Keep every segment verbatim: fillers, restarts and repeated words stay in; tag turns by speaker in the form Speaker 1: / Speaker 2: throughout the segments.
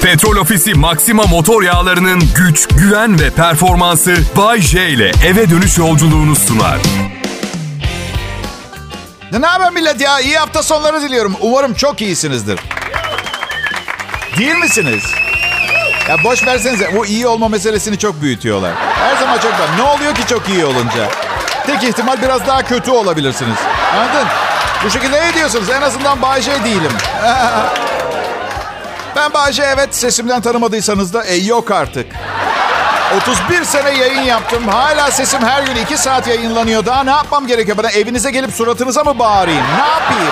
Speaker 1: Petrol Ofisi Maxima motor yağlarının güç, güven ve performansı Bay J ile eve dönüş yolculuğunu sunar.
Speaker 2: Ne haber millet ya? İyi hafta sonları diliyorum. Umarım çok iyisinizdir. Değil misiniz? Ya boş versenize. Bu iyi olma meselesini çok büyütüyorlar. Her zaman çok var. Ne oluyor ki çok iyi olunca? Tek ihtimal biraz daha kötü olabilirsiniz. Anladın? Bu şekilde ne diyorsunuz? En azından Bay J değilim. Ben Bay J, evet, sesimden tanımadıysanız da e, yok artık. otuz bir sene yayın yaptım. Hala sesim her gün iki saat yayınlanıyor. Daha ne yapmam gerekiyor? Bana evinize gelip suratınıza mı bağırayım? Ne yapayım?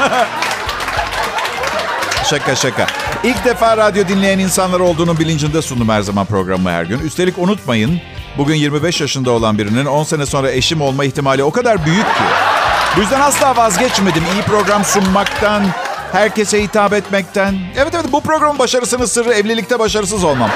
Speaker 2: Şaka şaka. İlk defa radyo dinleyen insanlar olduğunun bilincinde sundum her zaman programımı her gün. Üstelik unutmayın, bugün yirmi beş yaşında olan birinin on sene sonra eşim olma ihtimali o kadar büyük ki. Bu yüzden asla vazgeçmedim iyi program sunmaktan, herkese hitap etmekten. Evet evet, bu programın başarısının sırrı evlilikte başarısız olmam.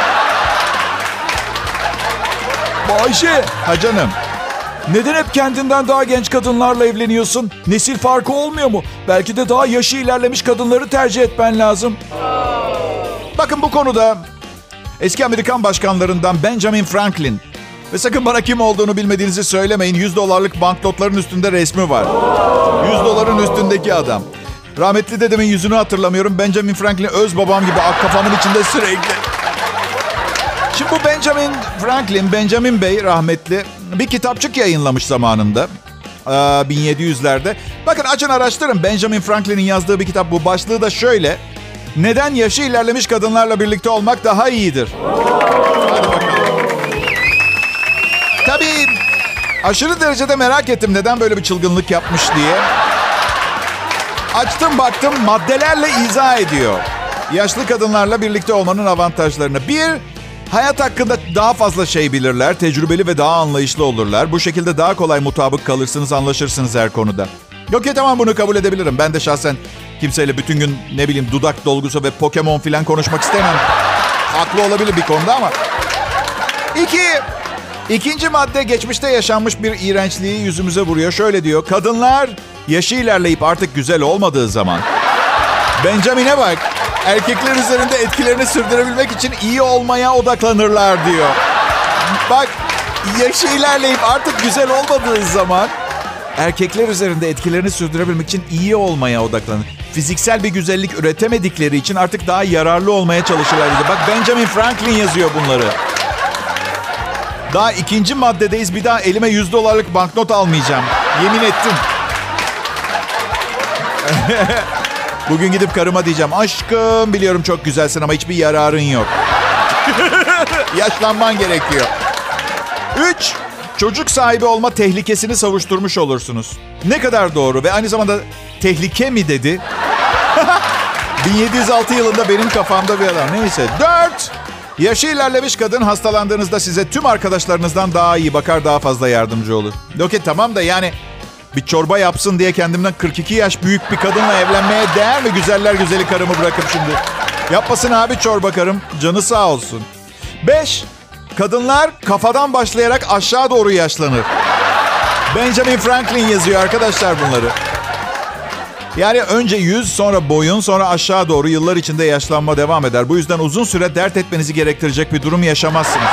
Speaker 2: Bayşe. Ha canım. Neden hep kendinden daha genç kadınlarla evleniyorsun? Nesil farkı olmuyor mu? Belki de daha yaşı ilerlemiş kadınları tercih etmen lazım. Bakın bu konuda eski Amerikan başkanlarından Benjamin Franklin ve sakın bana kim olduğunu bilmediğinizi söylemeyin. yüz dolarlık banknotların üstünde resmi var. yüz doların üstündeki adam. Rahmetli dedemin yüzünü hatırlamıyorum. Benjamin Franklin öz babam gibi kafamın içinde sürekli. Şimdi bu Benjamin Franklin, Benjamin Bey rahmetli bir kitapçık yayınlamış zamanında. bin yedi yüzlerde. Bakın açın araştırın. Benjamin Franklin'in yazdığı bir kitap bu. Başlığı da şöyle. Neden yaşı ilerlemiş kadınlarla birlikte olmak daha iyidir? Hadi bakalım. Tabii aşırı derecede merak ettim neden böyle bir çılgınlık yapmış diye. Açtım baktım, maddelerle izah ediyor. Yaşlı kadınlarla birlikte olmanın avantajlarını. Bir, hayat hakkında daha fazla şey bilirler, tecrübeli ve daha anlayışlı olurlar. Bu şekilde daha kolay mutabık kalırsınız, anlaşırsınız her konuda. Yok ya, tamam, bunu kabul edebilirim. Ben de şahsen kimseyle bütün gün ne bileyim dudak dolgusu ve Pokemon falan konuşmak istemem. Haklı olabilir bir konuda ama. İki, ikinci madde geçmişte yaşanmış bir iğrençliği yüzümüze vuruyor. Şöyle diyor, kadınlar yaşı ilerleyip artık güzel olmadığı zaman... Benjamin'e bak. Erkekler üzerinde etkilerini sürdürebilmek için iyi olmaya odaklanırlar diyor. Bak, yaşı ilerleyip artık güzel olmadığı zaman erkekler üzerinde etkilerini sürdürebilmek için iyi olmaya odaklanır. Fiziksel bir güzellik üretemedikleri için artık daha yararlı olmaya çalışırlar diyor. Bak, Benjamin Franklin yazıyor bunları. Daha ikinci maddedeyiz. Bir daha elime yüz dolarlık banknot almayacağım. Yemin ettim. Bugün gidip karıma diyeceğim. Aşkım, biliyorum çok güzelsin ama hiçbir yararın yok. Yaşlanman gerekiyor. Üç, çocuk sahibi olma tehlikesini savuşturmuş olursunuz. Ne kadar doğru ve aynı zamanda tehlike mi dedi? bin yedi yüz altı yılında benim kafamda bir adam. Neyse. Dört, yaşı ilerlemiş kadın hastalandığınızda size tüm arkadaşlarınızdan daha iyi bakar, daha fazla yardımcı olur. Okey, tamam da yani... Bir çorba yapsın diye kendimden kırk iki yaş büyük bir kadınla evlenmeye değer mi? Güzeller güzeli karımı bırakıp şimdi. Yapmasın abi çorba karım. Canı sağ olsun. Beş, kadınlar kafadan başlayarak aşağı doğru yaşlanır. Benjamin Franklin yazıyor arkadaşlar bunları. Yani önce yüz, sonra boyun, sonra aşağı doğru yıllar içinde yaşlanma devam eder. Bu yüzden uzun süre dert etmenizi gerektirecek bir durum yaşamazsınız.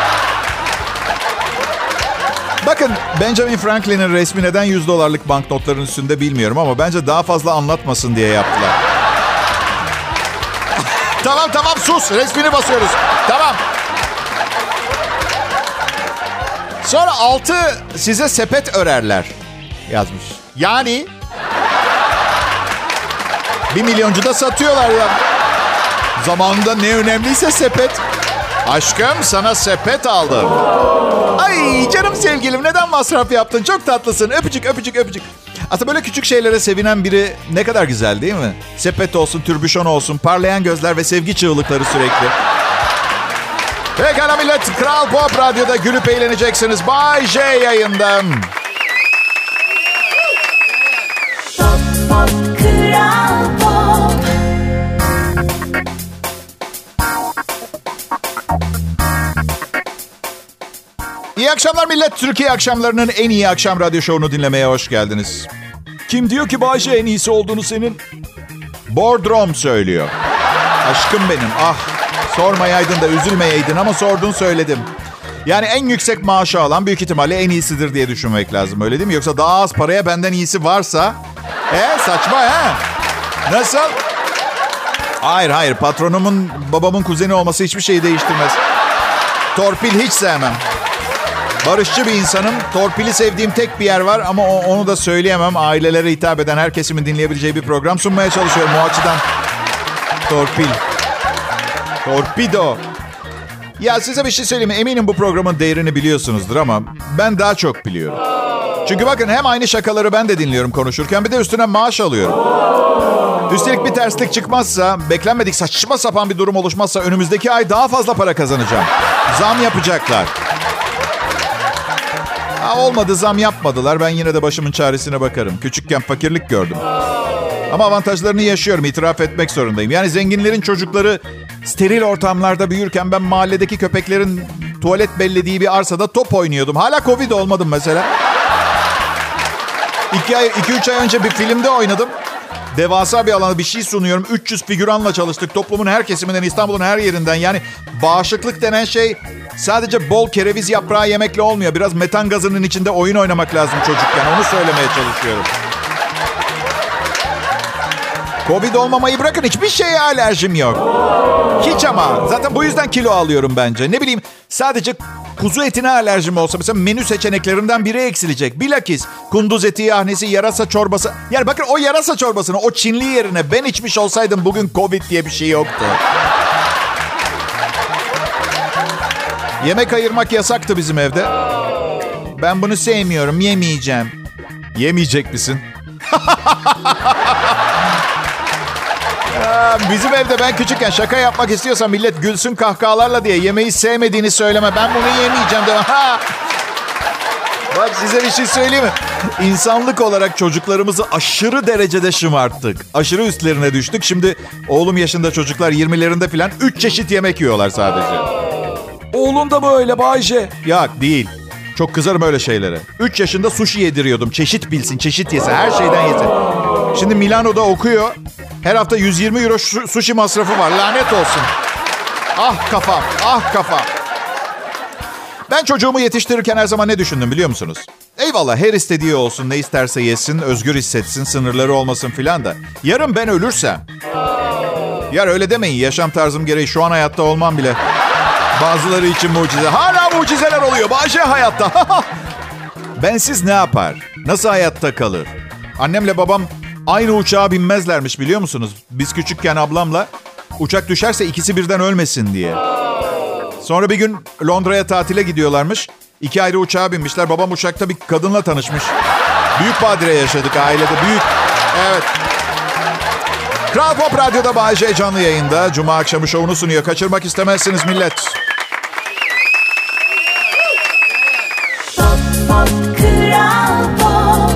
Speaker 2: Bakın, Benjamin Franklin'in resmi neden yüz dolarlık banknotların üstünde bilmiyorum ama bence daha fazla anlatmasın diye yaptılar. Tamam tamam sus, resmini basıyoruz. Tamam. Sonra altı, size sepet örerler yazmış. Yani bir milyoncu da satıyorlar ya. Zamanında ne önemliyse sepet. Aşkım, sana sepet aldım. Ay canım sevgilim, neden masraf yaptın? Çok tatlısın. Öpücük öpücük öpücük. Aslında böyle küçük şeylere sevinen biri ne kadar güzel değil mi? Sepet olsun, türbüşon olsun, parlayan gözler ve sevgi çığlıkları sürekli. Pekala millet, Kral Pop Radyo'da gülüp eğleneceksiniz. Bay J yayından. Pop, pop, Kral Pop. İyi akşamlar millet. Türkiye akşamlarının en iyi akşam radyo şovunu dinlemeye hoş geldiniz. Kim diyor ki Bayşe en iyisi olduğunu senin? Boardroom söylüyor. Aşkım benim. Ah, sormayaydın da üzülmeyeydin ama sordun, söyledim. Yani en yüksek maaşı alan büyük ihtimalle en iyisidir diye düşünmek lazım, öyle değil mi? Yoksa daha az paraya benden iyisi varsa... E saçma he? Nasıl? Hayır hayır, patronumun babamın kuzeni olması hiçbir şeyi değiştirmez. Torpil hiç sevmem. Barışçı bir insanım. Torpili sevdiğim tek bir yer var ama onu da söyleyemem. Ailelere hitap eden, her kesimin dinleyebileceği bir program sunmaya çalışıyorum. O açıdan torpil. Torpido. Ya size bir şey söyleyeyim mi? Eminim bu programın değerini biliyorsunuzdur ama ben daha çok biliyorum. Çünkü bakın, hem aynı şakaları ben de dinliyorum konuşurken, bir de üstüne maaş alıyorum. Üstelik bir terslik çıkmazsa, beklenmedik saçma sapan bir durum oluşmazsa önümüzdeki ay daha fazla para kazanacağım. Zam yapacaklar. Ha, olmadı, zam yapmadılar. Ben yine de başımın çaresine bakarım. Küçükken fakirlik gördüm. Ama avantajlarını yaşıyorum, itiraf etmek zorundayım. Yani zenginlerin çocukları steril ortamlarda büyürken ben mahalledeki köpeklerin tuvalet bellediği bir arsada top oynuyordum. Hala Covid olmadım mesela. İki, ay, iki üç ay önce bir filmde oynadım. Devasa bir alana bir şey sunuyorum. üç yüz figüranla çalıştık. Toplumun her kesiminden, İstanbul'un her yerinden. Yani bağışıklık denen şey sadece bol kereviz yaprağı yemekle olmuyor. Biraz metan gazının içinde oyun oynamak lazım çocukken. Onu söylemeye çalışıyorum. Covid olmamayı bırakın, hiçbir şeye alerjim yok. Hiç ama. Zaten bu yüzden kilo alıyorum bence. Ne bileyim, sadece kuzu etine alerjim olsa mesela menü seçeneklerimden biri eksilecek. Bilakis kunduz eti, yahnisi, yarasa çorbası. Yani bakın, o yarasa çorbasını o Çinli yerine ben içmiş olsaydım bugün Covid diye bir şey yoktu. Yemek ayırmak yasaktı bizim evde. Ben bunu sevmiyorum, yemeyeceğim. Yemeyecek misin? Bizim evde ben küçükken şaka yapmak istiyorsam millet gülsün kahkahalarla diye yemeği sevmediğini söyleme. Ben bunu yemeyeceğim de. Bak size bir şey söyleyeyim mi? İnsanlık olarak çocuklarımızı aşırı derecede şımarttık. Aşırı üstlerine düştük. Şimdi oğlum yaşında çocuklar yirmilerinde falan üç çeşit yemek yiyorlar sadece. Oğlun da mı öyle Bayce? Yok değil. Çok kızarım öyle şeylere. üç yaşında sushi yediriyordum. Çeşit bilsin, çeşit yese, her şeyden yese. Şimdi Milano'da okuyor. Her hafta yüz yirmi euro sushi masrafı var. Lanet olsun. Ah kafam, ah kafam. Ben çocuğumu yetiştirirken her zaman ne düşündüm biliyor musunuz? Eyvallah, her istediği olsun, ne isterse yesin, özgür hissetsin, sınırları olmasın filan da. Yarın ben ölürsem... Yar öyle demeyin, yaşam tarzım gereği şu an hayatta olmam bile. Bazıları için mucize. Hala mucizeler oluyor. Bahçe hayatta. Bensiz ne yapar? Nasıl hayatta kalır? Annemle babam aynı uçağa binmezlermiş, biliyor musunuz? Biz küçükken ablamla uçak düşerse ikisi birden ölmesin diye. Sonra bir gün Londra'ya tatile gidiyorlarmış. İki ayrı uçağa binmişler. Babam uçakta bir kadınla tanışmış. Büyük badire yaşadık ailede. Büyük. Evet. Kral Pop Radyo'da Bay J canlı yayında. Cuma akşamı şovunu sunuyor. Kaçırmak istemezsiniz millet.
Speaker 3: Pop, pop, Kral Pop.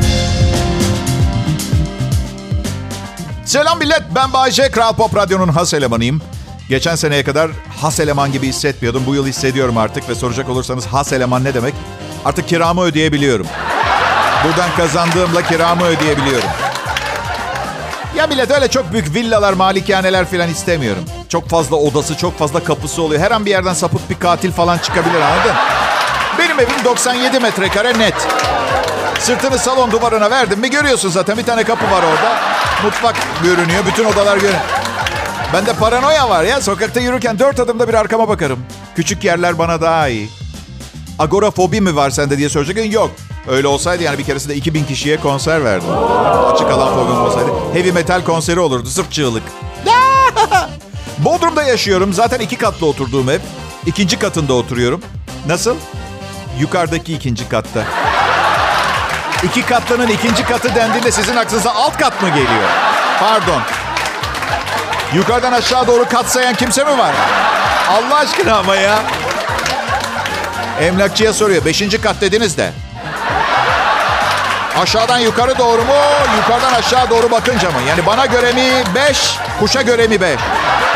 Speaker 2: Selam millet. Ben Bay J. Kral Pop Radyo'nun has elemanıyım. Geçen seneye kadar has eleman gibi hissetmiyordum. Bu yıl hissediyorum artık ve soracak olursanız has eleman ne demek? Artık kiramı ödeyebiliyorum. Buradan kazandığımla kiramı ödeyebiliyorum. Ya millet, öyle çok büyük villalar, malikaneler falan istemiyorum. Çok fazla odası, çok fazla kapısı oluyor. Her an bir yerden sapık bir katil falan çıkabilir, anladın? Benim evim doksan yedi metrekare net. Sırtını salon duvarına verdim mi görüyorsun zaten. Bir tane kapı var orada. Mutfak görünüyor, bütün odalar görünüyor. Bende paranoya var ya. Sokakta yürürken dört adımda bir arkama bakarım. Küçük yerler bana daha iyi. Agorafobi mi var sende diye soracaksın. Yok. Öyle olsaydı yani bir keresinde iki bin kişiye konser verdim. Açık alan fobim olsaydı. Heavy metal konseri olurdu. Sırf çığlık. Bodrum'da yaşıyorum. Zaten iki katlı oturduğum ev. İkinci katında oturuyorum. Nasıl? Yukarıdaki ikinci katta. İki katlının ikinci katı dendiğinde sizin aklınıza alt kat mı geliyor? Pardon. Yukarıdan aşağı doğru kat sayan kimse mi var? Allah aşkına ama ya. Emlakçıya soruyor. Beşinci kat dediniz de. Aşağıdan yukarı doğru mu? Yukarıdan aşağı doğru bakınca mı? Yani bana göre mi beş, kuşa göre mi beş?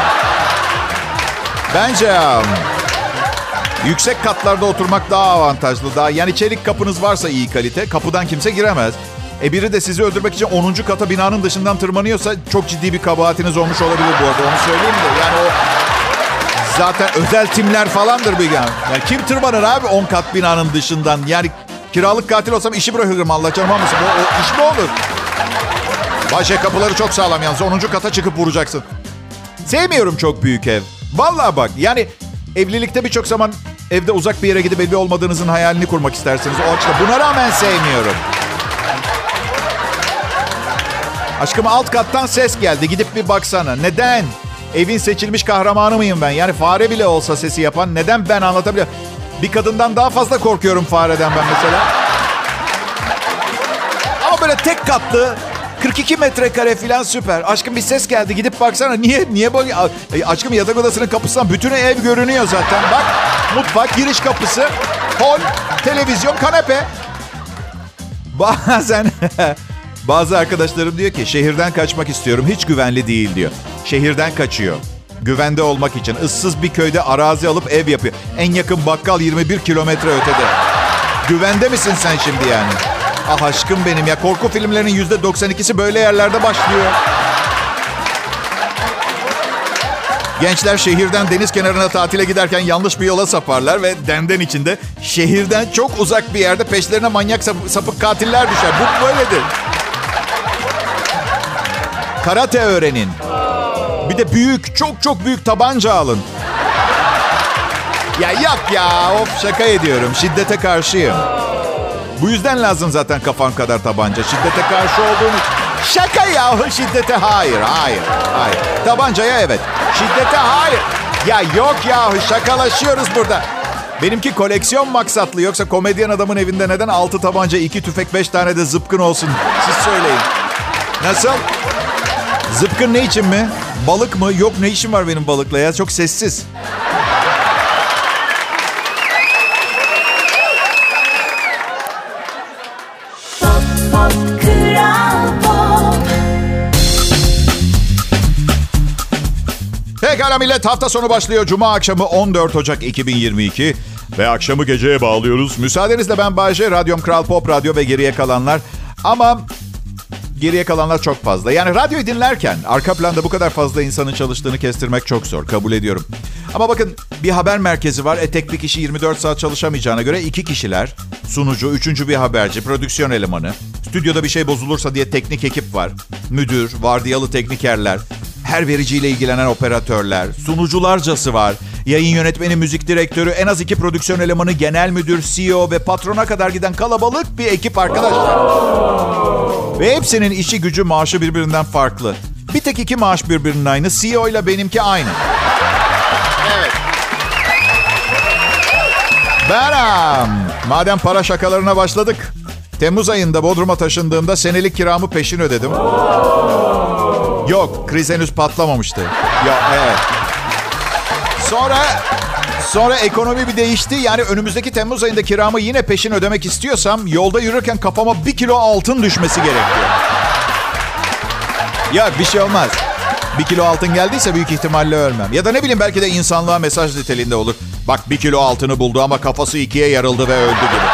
Speaker 2: Bence um, yüksek katlarda oturmak daha avantajlı. Daha, yani çelik kapınız varsa iyi kalite. Kapıdan kimse giremez. E biri de sizi öldürmek için onuncu kata binanın dışından tırmanıyorsa çok ciddi bir kabahatiniz olmuş olabilir bu arada. Onu söyleyeyim de. Yani o zaten özel timler falandır bir yani. Yani kim tırmanır abi on kat binanın dışından? Yani kiralık katil olsam işi bırakırım Allah canım almasın. O, o iş mi olur? Bahçe kapıları çok sağlam yalnız. onuncu kata çıkıp vuracaksın. Sevmiyorum çok büyük ev. Vallahi bak yani evlilikte birçok zaman evde uzak bir yere gidip evli olmadığınızın hayalini kurmak istersiniz. O açıdan buna rağmen sevmiyorum. Aşkım alt kattan ses geldi. Gidip bir baksana. Neden? Evin seçilmiş kahramanı mıyım ben? Yani fare bile olsa sesi yapan. Neden ben anlatabiliyorum? Bir kadından daha fazla korkuyorum fareden ben mesela. Ama böyle tek katlı kırk iki metrekare falan süper. Aşkım bir ses geldi. Gidip baksana. Niye? Niye bak? Aşkım yatak odasının kapısından bütün ev görünüyor zaten. Bak mutfak, giriş kapısı, hol, televizyon, kanepe. Bazen bazı arkadaşlarım diyor ki şehirden kaçmak istiyorum. Hiç güvenli değil diyor. Şehirden kaçıyor. Güvende olmak için ıssız bir köyde arazi alıp ev yapıyor. En yakın bakkal yirmi bir kilometre ötede. Güvende misin sen şimdi yani? Ah aşkım benim ya. Korku filmlerinin yüzde doksan ikisi böyle yerlerde başlıyor. Gençler şehirden deniz kenarına tatile giderken yanlış bir yola saparlar ve denden içinde şehirden çok uzak bir yerde peşlerine manyak sap- sapık katiller düşer. Bu böyledir. Karate öğrenin. Bir de büyük, çok çok büyük tabanca alın. Ya yok ya, of şaka ediyorum. Şiddete karşıyım. Bu yüzden lazım zaten kafam kadar tabanca. Şiddete karşı olduğunu... Şaka yahu, şiddete hayır, hayır, hayır. Tabancaya evet, şiddete hayır. Ya yok yahu, şakalaşıyoruz burada. Benimki koleksiyon maksatlı. Yoksa komedyen adamın evinde neden altı tabanca, iki tüfek, beş tane de zıpkın olsun? Siz söyleyin. Nasıl? Zıpkın ne için mi? Balık mı? Yok, ne işim var benim balıkla ya? Çok sessiz. Pekala millet, hafta sonu başlıyor. Cuma akşamı on dört Ocak iki bin yirmi iki. Ve akşamı geceye bağlıyoruz. Müsaadenizle ben Bayce, Radyom Kral Pop Radyo ve geriye kalanlar. Ama geriye kalanlar çok fazla. Yani radyoyu dinlerken arka planda bu kadar fazla insanın çalıştığını kestirmek çok zor. Kabul ediyorum. Ama bakın, bir haber merkezi var. E tek bir kişi yirmi dört saat çalışamayacağına göre iki kişiler. Sunucu, üçüncü bir haberci, prodüksiyon elemanı. Stüdyoda bir şey bozulursa diye teknik ekip var. Müdür, vardiyalı teknikerler. Her vericiyle ilgilenen operatörler, sunucularcası var. Yayın yönetmeni, müzik direktörü, en az iki prodüksiyon elemanı, genel müdür, C E O ve patrona kadar giden kalabalık bir ekip arkadaşlar. Ve hepsinin işi gücü, maaşı birbirinden farklı. Bir tek iki maaş birbirinin aynı. C E O ile benimki aynı. Evet. Beram. Madem para şakalarına başladık. Temmuz ayında Bodrum'a taşındığımda senelik kiramı peşin ödedim. Yok, kriz henüz patlamamıştı. Yok, evet. Sonra, sonra ekonomi bir değişti. Yani önümüzdeki Temmuz ayında kiramı yine peşin ödemek istiyorsam yolda yürürken kafama bir kilo altın düşmesi gerekiyor. Yok, bir şey olmaz. Bir kilo altın geldiyse büyük ihtimalle ölmem. Ya da ne bileyim, belki de insanlığa mesaj niteliğinde olur. Bak, bir kilo altını buldu ama kafası ikiye yarıldı ve öldü gibi.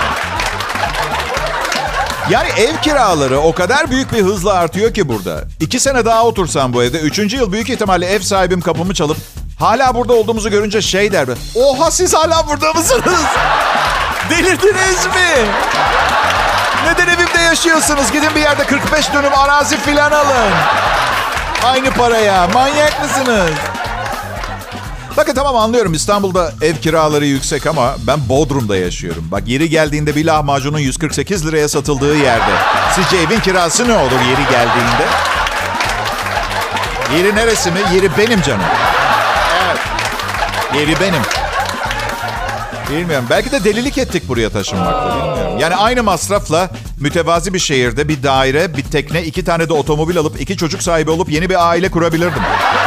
Speaker 2: Yani ev kiraları o kadar büyük bir hızla artıyor ki burada. İki sene daha otursam bu evde, üçüncü yıl büyük ihtimalle ev sahibim kapımı çalıp hala burada olduğumuzu görünce şey der. Oha, siz hala burada mısınız? Delirdiniz mi? Neden evimde yaşıyorsunuz? Gidin bir yerde kırk beş dönüm arazi filan alın. Aynı paraya. Manyak mısınız? Bakın tamam, anlıyorum, İstanbul'da ev kiraları yüksek ama ben Bodrum'da yaşıyorum. Bak, yeri geldiğinde bir lahmacunun yüz kırk sekiz liraya satıldığı yerde. Sizce evin kirası ne olur yeri geldiğinde? Yeri neresi mi? Yeri benim canım. Evet. Yeri benim. Bilmiyorum. Belki de delilik ettik buraya taşınmakta. Bilmiyorum. Yani aynı masrafla mütevazi bir şehirde bir daire, bir tekne, iki tane de otomobil alıp iki çocuk sahibi olup yeni bir aile kurabilirdim.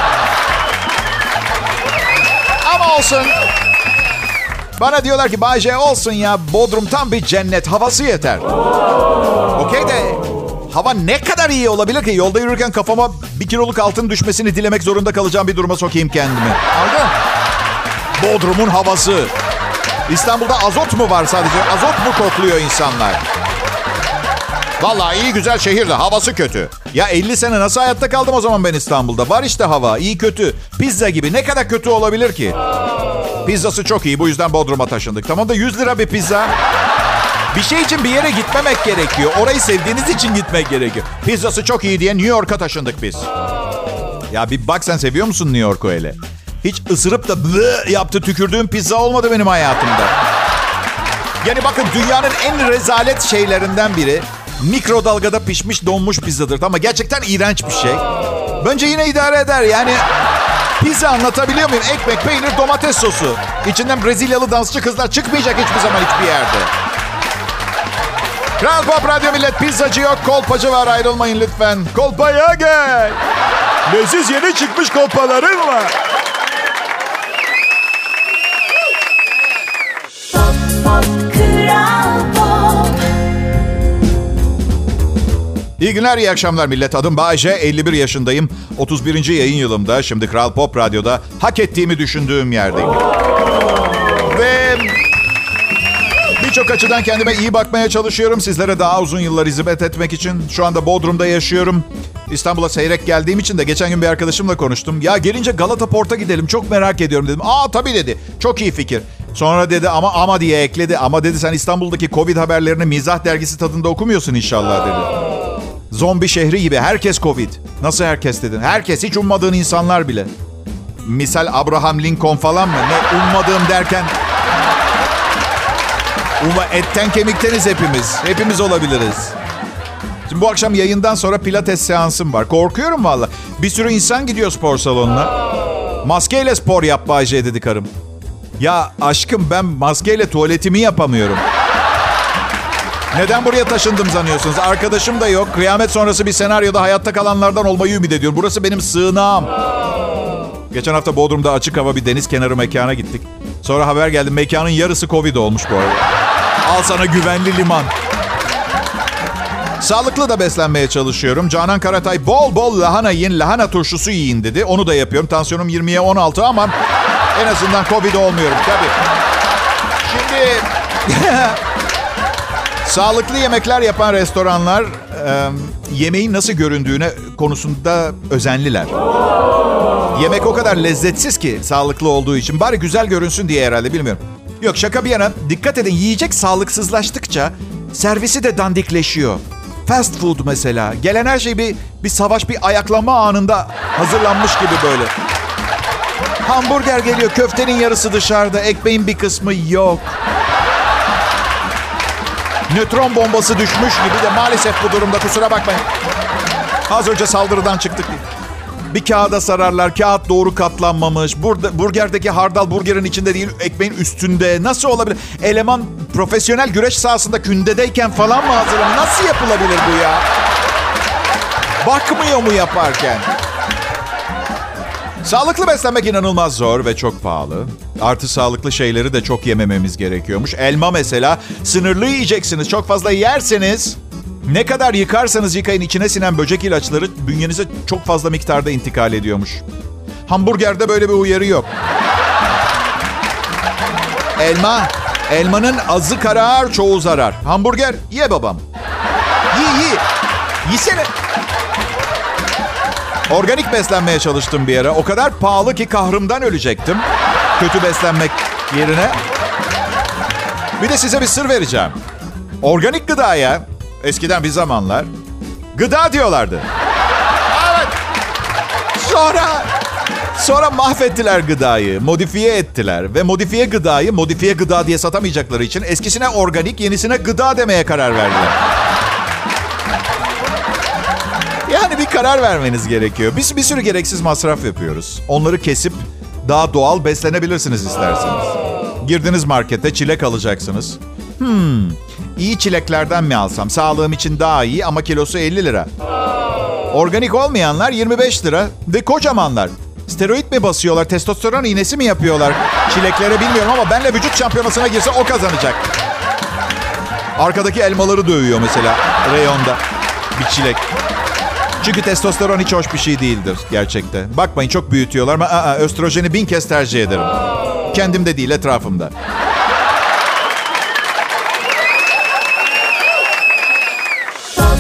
Speaker 2: Olsun. Bana diyorlar ki Bay J, olsun ya, Bodrum tam bir cennet, havası yeter. Okey de hava ne kadar iyi olabilir ki yolda yürürken kafama bir kiloluk altın düşmesini dilemek zorunda kalacağım bir duruma sokayım kendimi. Anladın? Bodrum'un havası. İstanbul'da azot mu var sadece? Azot mu kokluyor insanlar? Vallahi iyi güzel şehir de havası kötü. Ya elli sene nasıl hayatta kaldım o zaman ben İstanbul'da? Var işte hava, iyi kötü. Pizza gibi ne kadar kötü olabilir ki? Pizzası çok iyi, bu yüzden Bodrum'a taşındık. Tamam da yüz lira bir pizza. Bir şey için bir yere gitmemek gerekiyor. Orayı sevdiğiniz için gitmek gerekiyor. Pizzası çok iyi diye New York'a taşındık biz. Ya bir bak, sen seviyor musun New York'u öyle? Hiç ısırıp da blı yaptı tükürdüğüm pizza olmadı benim hayatımda. Yani bakın, dünyanın en rezalet şeylerinden biri mikrodalgada pişmiş donmuş pizzadır. Ama gerçekten iğrenç bir şey. Bence yine idare eder yani. Pizza, anlatabiliyor muyum? Ekmek, peynir, domates sosu. İçinden Brezilyalı dansçı kızlar çıkmayacak hiçbir zaman hiçbir yerde. Kral Pop Radyo millet, pizzacı yok, kolpacı var, ayrılmayın lütfen. Kolpaya gel. Leziz yeni çıkmış kolpaların var. İyi günler, iyi akşamlar millet. Adım Bayce, elli bir yaşındayım. otuz birinci yayın yılımda. Şimdi Kral Pop Radyo'da hak ettiğimi düşündüğüm yerdeyim. Ve birçok açıdan kendime iyi bakmaya çalışıyorum. Sizlere daha uzun yıllar hizmet etmek için. Şu anda Bodrum'da yaşıyorum. İstanbul'a seyrek geldiğim için de geçen gün bir arkadaşımla konuştum. Ya gelince Galata Port'a gidelim, çok merak ediyorum dedim. Aa tabii dedi, çok iyi fikir. Sonra dedi ama ama diye ekledi. Ama dedi, sen İstanbul'daki Covid haberlerini Mizah dergisi tadında okumuyorsun inşallah dedi. Zombi şehri gibi herkes Covid. Nasıl herkes dedin? Herkes, hiç ummadığın insanlar bile. Misal Abraham Lincoln falan mı? Ne ummadığım derken... Uma, etten kemikteniz hepimiz. Hepimiz olabiliriz. Şimdi bu akşam yayından sonra pilates seansım var. Korkuyorum valla. Bir sürü insan gidiyor spor salonuna. Maskeyle spor yap Bayce dedi karım. Ya aşkım, ben maskeyle tuvaletimi yapamıyorum. Neden buraya taşındım sanıyorsunuz? Arkadaşım da yok. Kıyamet sonrası bir senaryoda hayatta kalanlardan olmayı ümit ediyorum. Burası benim sığınağım. Geçen hafta Bodrum'da açık hava bir deniz kenarı mekana gittik. Sonra haber geldi, mekanın yarısı Covid olmuş bu arada. Al sana güvenli liman. Sağlıklı da beslenmeye çalışıyorum. Canan Karatay bol bol lahana yiyin, lahana turşusu yiyin dedi. Onu da yapıyorum. Tansiyonum yirmiye on altı ama en azından Covid olmuyorum tabii. Şimdi sağlıklı yemekler yapan restoranlar e, yemeğin nasıl göründüğüne konusunda özenliler. Yemek o kadar lezzetsiz ki sağlıklı olduğu için. Bari güzel görünsün diye herhalde, bilmiyorum. Yok, şaka bir yana, dikkat edin, yiyecek sağlıksızlaştıkça servisi de dandikleşiyor. Fast food mesela. Gelen her şey bir, bir savaş, bir ayaklanma anında hazırlanmış gibi böyle. Hamburger geliyor, köftenin yarısı dışarıda, ekmeğin bir kısmı yok. Nötron bombası düşmüş gibi de maalesef bu durumda, kusura bakmayın. Az önce saldırıdan çıktık. Bir kağıda sararlar, kağıt doğru katlanmamış. Burada, burgerdeki hardal burgerin içinde değil, ekmeğin üstünde. Nasıl olabilir? Eleman profesyonel güreş sahasında kündedeyken falan mı hazırlanır? Nasıl yapılabilir bu ya? Bakmıyor mu yaparken? Sağlıklı beslenmek inanılmaz zor ve çok pahalı. Artı sağlıklı şeyleri de çok yemememiz gerekiyormuş. Elma mesela, sınırlı yiyeceksiniz. Çok fazla yerseniz, ne kadar yıkarsanız yıkayın, içine sinen böcek ilaçları bünyenize çok fazla miktarda intikal ediyormuş. Hamburgerde böyle bir uyarı yok. Elma, elmanın azı karar, çoğu zarar. Hamburger, ye babam. Yi, yi. Yesene. Organik beslenmeye çalıştım bir ara. O kadar pahalı ki kahrımdan ölecektim. Kötü beslenmek yerine. Bir de size bir sır vereceğim. Organik gıdaya eskiden bir zamanlar gıda diyorlardı. Evet. Sonra sonra mahvettiler gıdayı, modifiye ettiler ve modifiye gıdayı modifiye gıda diye satamayacakları için eskisine organik, yenisine gıda demeye karar verdiler. Yani bir karar vermeniz gerekiyor. Biz bir sürü gereksiz masraf yapıyoruz. Onları kesip daha doğal beslenebilirsiniz isterseniz. Girdiniz markete, çilek alacaksınız. Hmm, iyi çileklerden mi alsam? Sağlığım için daha iyi ama kilosu elli lira. Organik olmayanlar yirmi beş lira ve kocamanlar. Steroid mi basıyorlar, testosteron iğnesi mi yapıyorlar? Çileklere bilmiyorum ama benle vücut şampiyonasına girse o kazanacak. Arkadaki elmaları dövüyor mesela reyonda bir çilek. Çünkü testosteron hiç hoş bir şey değildir gerçekte. Bakmayın, çok büyütüyorlar ama aa, östrojeni bin kez tercih ederim. Kendimde değil, etrafımda.
Speaker 3: Pop,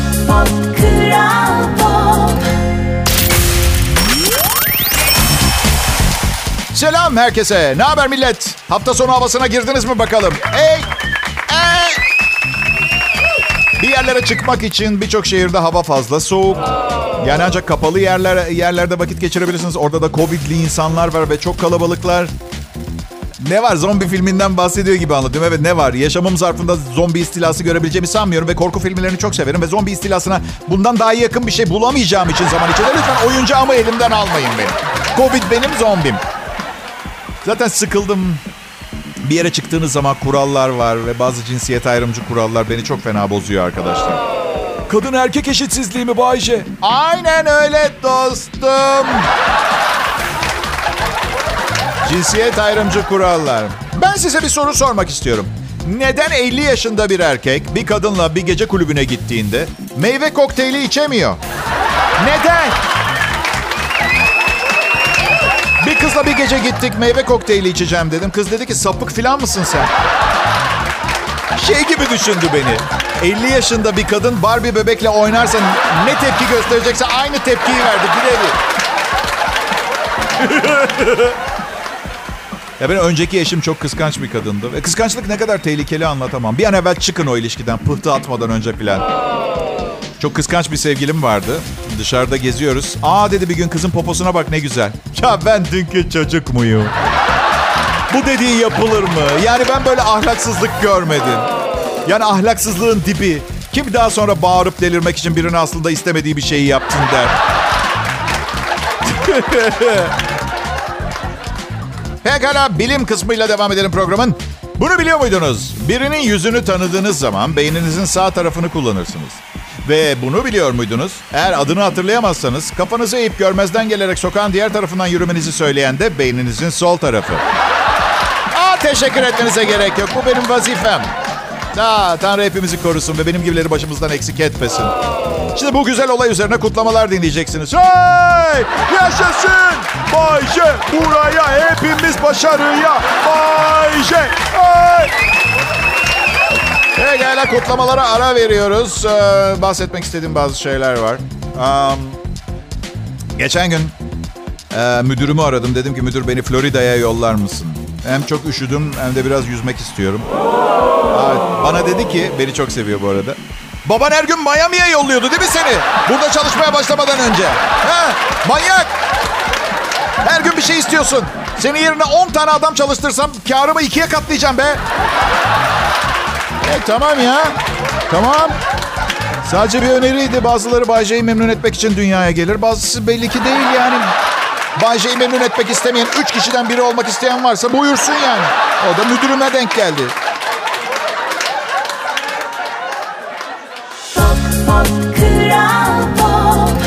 Speaker 2: Selam herkese. Ne haber millet? Hafta sonu havasına girdiniz mi bakalım? Hey! Hey! Bir yerlere çıkmak için birçok şehirde hava fazla soğuk. Yani ancak kapalı yerler yerlerde vakit geçirebilirsiniz. Orada da Covid'li insanlar var ve çok kalabalıklar. Ne var? Zombi filminden bahsediyor gibi anlatıyorum. Evet, ne var? Yaşamım zarfında zombi istilası görebileceğimi sanmıyorum ve korku filmlerini çok severim ve zombi istilasına bundan daha yakın bir şey bulamayacağım için zaman içinde lütfen oyuncağımı elimden almayın beni. Covid benim, zombim. Zaten sıkıldım. Bir yere çıktığınız zaman kurallar var ve bazı cinsiyet ayrımcı kurallar beni çok fena bozuyor arkadaşlar. Kadın erkek eşitsizliği mi Bayce? Aynen öyle dostum. Cinsiyet ayrımcı kurallar. Ben size bir soru sormak istiyorum. Neden elli yaşında bir erkek bir kadınla bir gece kulübüne gittiğinde meyve kokteyli içemiyor? Neden? Bir kızla bir gece gittik, meyve kokteyli içeceğim dedim. Kız dedi ki sapık falan mısın sen? Şey gibi düşündü beni. elli yaşında bir kadın Barbie bebekle oynarsa ne tepki gösterecekse aynı tepkiyi verdi. Birebir. Ya benim önceki eşim çok kıskanç bir kadındı. Ve kıskançlık ne kadar tehlikeli anlatamam. Bir an evvel çıkın o ilişkiden, pıhtı atmadan önce falan. Çok kıskanç bir sevgilim vardı. Dışarıda geziyoruz. Aa dedi bir gün, kızın poposuna bak ne güzel. Ya ben dünkü çocuk muyum? Bu dediğin yapılır mı? Yani ben böyle ahlaksızlık görmedim. Yani ahlaksızlığın dibi. Kim daha sonra bağırıp delirmek için birine aslında istemediği bir şeyi yaptın der. Pekala, bilim kısmıyla devam edelim programın. Bunu biliyor muydunuz? Birinin yüzünü tanıdığınız zaman beyninizin sağ tarafını kullanırsınız. Ve bunu biliyor muydunuz? Eğer adını hatırlayamazsanız kafanızı eğip görmezden gelerek sokağın diğer tarafından yürümenizi söyleyen de beyninizin sol tarafı. Aa, teşekkür etmenize gerek yok. Bu benim vazifem. Aa, Tanrı hepimizi korusun ve benim gibileri başımızdan eksik etmesin. Şimdi bu güzel olay üzerine kutlamalar dinleyeceksiniz. Hey! Yaşasın! Bay J! Buraya hepimiz başarıya! Bay J! Hey! Pekala, kutlamalara ara veriyoruz. Ee, bahsetmek istediğim bazı şeyler var. Um, geçen gün e, müdürümü aradım. Dedim ki müdür, beni Florida'ya yollar mısın? Hem çok üşüdüm hem de biraz yüzmek istiyorum. Aa, bana dedi ki, beni çok seviyor bu arada. Baban her gün Miami'ye yolluyordu değil mi seni? Burada çalışmaya başlamadan önce. Ha, manyak! Her gün bir şey istiyorsun. Senin yerine on tane adam çalıştırsam karımı ikiye katlayacağım be. E, tamam ya. Tamam. Sadece bir öneriydi. Bazıları Bay J'yi memnun etmek için dünyaya gelir. Bazısı belli ki değil yani. Bay J'yi memnun etmek istemeyen, üç kişiden biri olmak isteyen varsa buyursun yani. O da müdürüme denk geldi.
Speaker 3: Pop, pop, Kral Pop.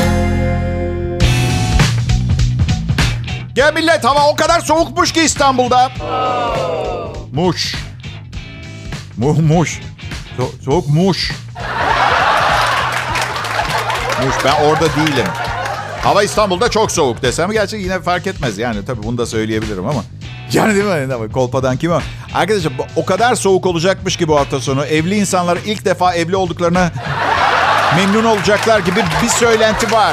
Speaker 2: Gel millet, hava o kadar soğukmuş ki İstanbul'da. Muş. Muh muş. So- soğuk muş. Muş, ben orada değilim. Hava İstanbul'da çok soğuk desem gerçi yine fark etmez. Yani tabii bunu da söyleyebilirim ama. Yani değil mi? Kolpadan kim o? Arkadaşlar o kadar soğuk olacakmış ki bu hafta sonu. Evli insanlar ilk defa evli olduklarına memnun olacaklar gibi bir söylenti var.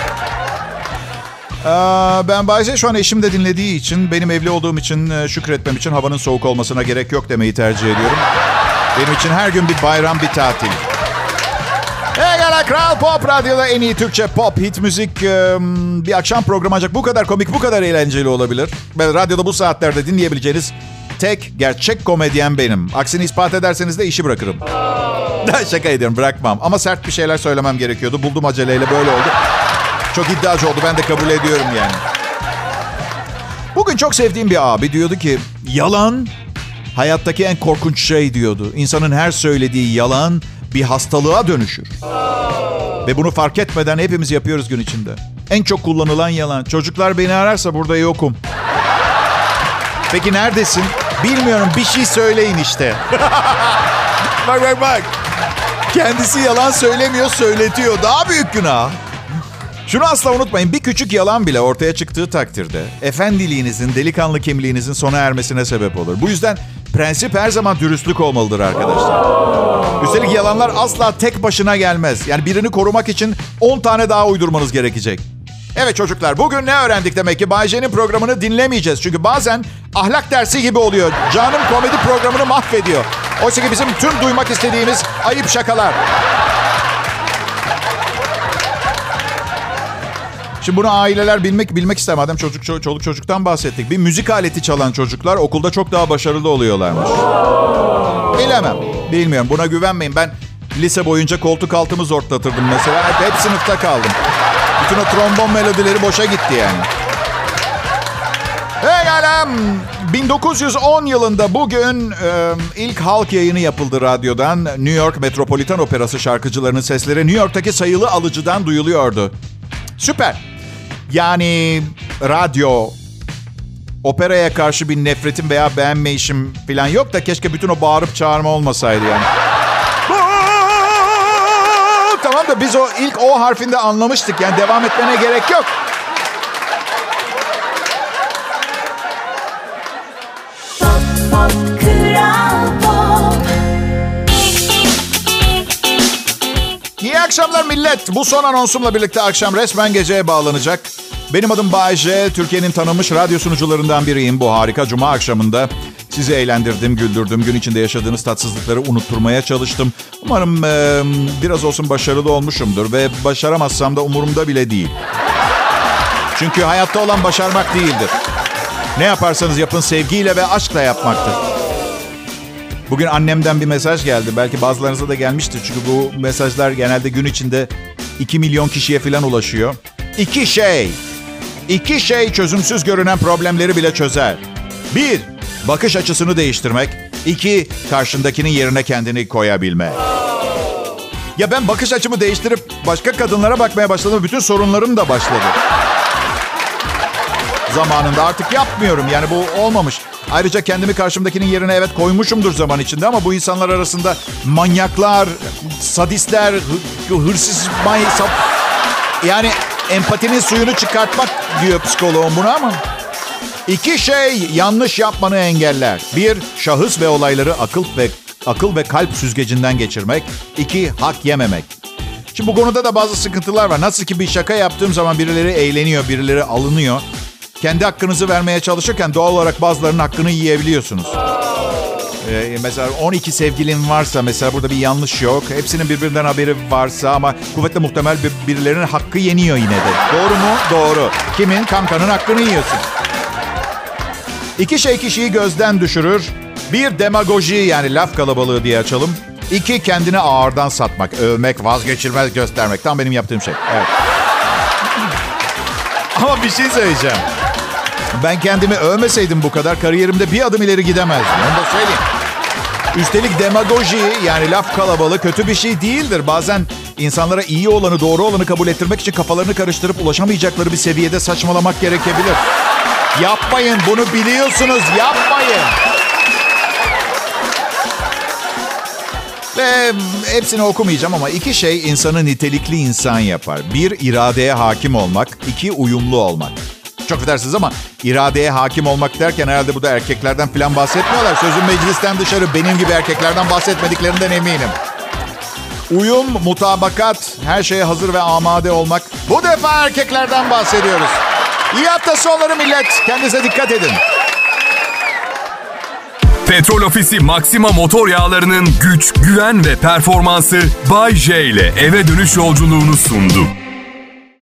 Speaker 2: Ee, ben bazen şu an eşim de dinlediği için, benim evli olduğum için, şükretmem için havanın soğuk olmasına gerek yok demeyi tercih ediyorum. Benim için her gün bir bayram, bir tatil. Egala Kral Pop Radyo'da en iyi Türkçe pop hit müzik bir akşam programı ancak bu kadar komik, bu kadar eğlenceli olabilir. Ve radyoda bu saatlerde dinleyebileceğiniz tek gerçek komedyen benim. Aksini ispat ederseniz de işi bırakırım. Şaka ediyorum, bırakmam. Ama sert bir şeyler söylemem gerekiyordu. Buldum aceleyle, böyle oldu. Çok iddiacı oldu, ben de kabul ediyorum yani. Bugün çok sevdiğim bir abi diyordu ki, yalan hayattaki en korkunç şey diyordu. İnsanın her söylediği yalan bir hastalığa dönüşür. Ve bunu fark etmeden hepimiz yapıyoruz gün içinde. En çok kullanılan yalan. Çocuklar beni ararsa burada yokum. Peki neredesin? Bilmiyorum, bir şey söyleyin işte. Bak bak bak. Kendisi yalan söylemiyor, söyletiyor. Daha büyük günah. Şunu asla unutmayın. Bir küçük yalan bile ortaya çıktığı takdirde efendiliğinizin, delikanlı kimliğinizin sona ermesine sebep olur. Bu yüzden prensip her zaman dürüstlük olmalıdır arkadaşlar. Üstelik yalanlar asla tek başına gelmez. Yani birini korumak için on tane daha uydurmanız gerekecek. Evet çocuklar, bugün ne öğrendik demek ki? Bay J'nin programını dinlemeyeceğiz. Çünkü bazen ahlak dersi gibi oluyor. Canım komedi programını mahvediyor. Oysa ki bizim tüm duymak istediğimiz ayıp şakalar. Şimdi bunu aileler bilmek bilmek ister. Madem çocuk, çoluk çocuktan bahsettik. Bir müzik aleti çalan çocuklar okulda çok daha başarılı oluyorlarmış. Bilemem. Bilmiyorum. Buna güvenmeyin. Ben lise boyunca koltuk altımı zortlatırdım mesela. Hep, hep sınıfta kaldım. Bütün o trombon melodileri boşa gitti yani. Pekala. bin dokuz yüz on yılında bugün e, ilk halk yayını yapıldı radyodan. New York Metropolitan Operası şarkıcılarının sesleri New York'taki sayılı alıcıdan duyuluyordu. Süper. Yani radyo, operaya karşı bir nefretim veya beğenmeyişim falan yok da keşke bütün o bağırıp çağırma olmasaydı yani. Tamam da biz o ilk O harfinde anlamıştık. Yani devam etmene gerek yok.
Speaker 3: Pop, pop, Kral Pop.
Speaker 2: İyi akşamlar millet. Bu son anonsumla birlikte akşam resmen geceye bağlanacak. Benim adım Bay J. Türkiye'nin tanınmış radyo sunucularından biriyim bu harika cuma akşamında. Sizi eğlendirdim, güldürdüm. Gün içinde yaşadığınız tatsızlıkları unutturmaya çalıştım. Umarım e, biraz olsun başarılı olmuşumdur. Ve başaramazsam da umurumda bile değil. Çünkü hayatta olan başarmak değildir. Ne yaparsanız yapın sevgiyle ve aşkla yapmaktır. Bugün annemden bir mesaj geldi. Belki bazılarınıza da gelmiştir. Çünkü bu mesajlar genelde gün içinde iki milyon kişiye falan ulaşıyor. İki şey. İki şey çözümsüz görünen problemleri bile çözer. Bir, bakış açısını değiştirmek. İki, karşındakinin yerine kendini koyabilmek. Ya ben bakış açımı değiştirip başka kadınlara bakmaya başladım. Bütün sorunlarım da başladı. Zamanında artık yapmıyorum. Yani bu olmamış. Ayrıca kendimi karşımdakinin yerine evet koymuşumdur zaman içinde ama bu insanlar arasında manyaklar, sadistler, hı- hırsız, may, sap... Yani empatinin suyunu çıkartmak diyor psikoloğum buna ama... İki şey yanlış yapmanı engeller. Bir, şahıs ve olayları akıl ve akıl ve kalp süzgecinden geçirmek. İki, hak yememek. Şimdi bu konuda da bazı sıkıntılar var. Nasıl ki bir şaka yaptığım zaman birileri eğleniyor, birileri alınıyor. Kendi hakkınızı vermeye çalışırken doğal olarak bazılarının hakkını yiyebiliyorsunuz. Ee, mesela on iki sevgilin varsa mesela burada bir yanlış yok. Hepsinin birbirinden haberi varsa ama kuvvetle muhtemel bir, birilerinin hakkı yeniyor yine de. Doğru mu? Doğru. Kimin? Kankanın hakkını yiyorsun. İki şey kişiyi gözden düşürür. Bir, demagoji yani laf kalabalığı diye açalım. İki, kendini ağırdan satmak, övmek, vazgeçilmez göstermek. Tam benim yaptığım şey. Evet. Ama bir şey söyleyeceğim. Ben kendimi övmeseydim bu kadar kariyerimde bir adım ileri gidemezdim. Onu da söyleyeyim. Üstelik demagoji yani laf kalabalığı kötü bir şey değildir. Bazen insanlara iyi olanı, doğru olanı kabul ettirmek için kafalarını karıştırıp ulaşamayacakları bir seviyede saçmalamak gerekebilir. Yapmayın, bunu biliyorsunuz, yapmayın. Ve hepsini okumayacağım ama iki şey insanı nitelikli insan yapar. Bir, iradeye hakim olmak. İki, uyumlu olmak. Çok affedersiniz ama iradeye hakim olmak derken herhalde bu da erkeklerden falan bahsetmiyorlar. Sözün meclisten dışarı benim gibi erkeklerden bahsetmediklerinden eminim. Uyum, mutabakat, her şeye hazır ve amade olmak. Bu defa erkeklerden bahsediyoruz. İyi hafta sonları millet. Kendinize dikkat edin.
Speaker 1: Petrol Ofisi Maxima motor yağlarının güç, güven ve performansı Bay J ile eve dönüş yolculuğunu sundu.